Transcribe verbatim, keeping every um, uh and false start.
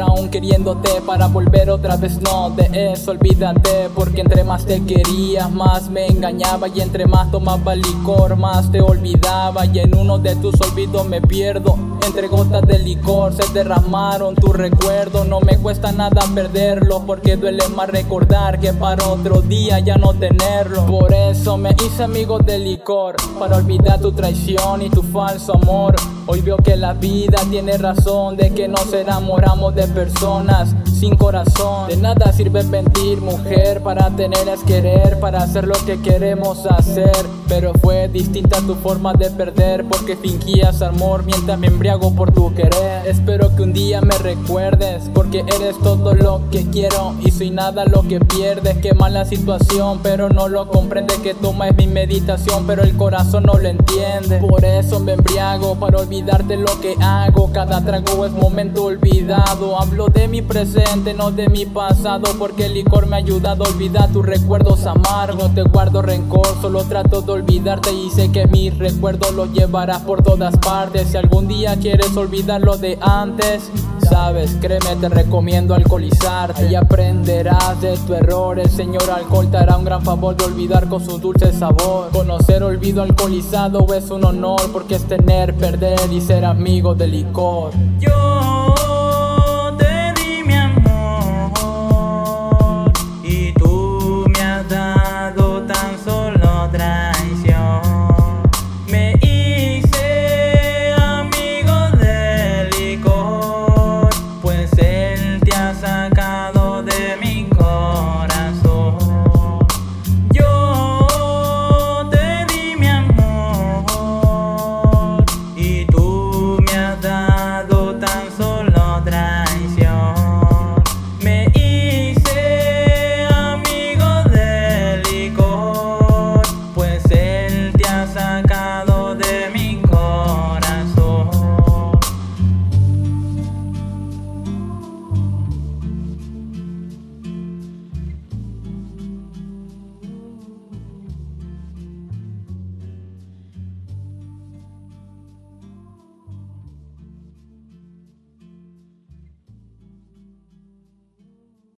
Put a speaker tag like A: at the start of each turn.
A: aún queriéndote para volver otra vez. No, de eso olvídate, porque entre más te quería, más me engañaba, y entre más tomaba licor, más te olvidaba, y en uno de tus olvidos me pierdo. Entre gotas de licor se derramaron tu recuerdo. No me cuesta nada perderlo, porque duele más recordar que para otro día ya no tenerlo. Por eso me hice amigo del licor, para olvidar tu traición y tu falso amor. Hoy veo que la vida tiene razón, de que nos enamoramos de personas sin corazón. De nada sirve mentir, mujer, para tener es querer, para hacer lo que queremos hacer. Pero fue distinta tu forma de perder, porque fingías amor mientras me embriago por tu querer. Espero que un día me recuerdes, porque eres todo lo que quiero y soy nada lo que pierdes. Qué mala situación, pero no lo comprende, que toma es mi meditación, pero el corazón no lo entiende. Por eso me embriago, para olvidarte lo que hago. Cada trago es momento olvidado. Hablo de mi presente, no de mi pasado, porque el licor me ha ayudado a olvidar tus recuerdos amargos. No te guardo rencor, solo trato de olvidarte, y sé que mis recuerdos los llevarás por todas partes. Si algún día quieres olvidar lo de antes, sabes, créeme, te recomiendo alcoholizarte. Ahí aprenderás de tu error. El señor alcohol te hará un gran favor de olvidar con su dulce sabor. Conocer olvido alcoholizado es un honor, porque es tener, perder y ser amigo del licor.
B: Yo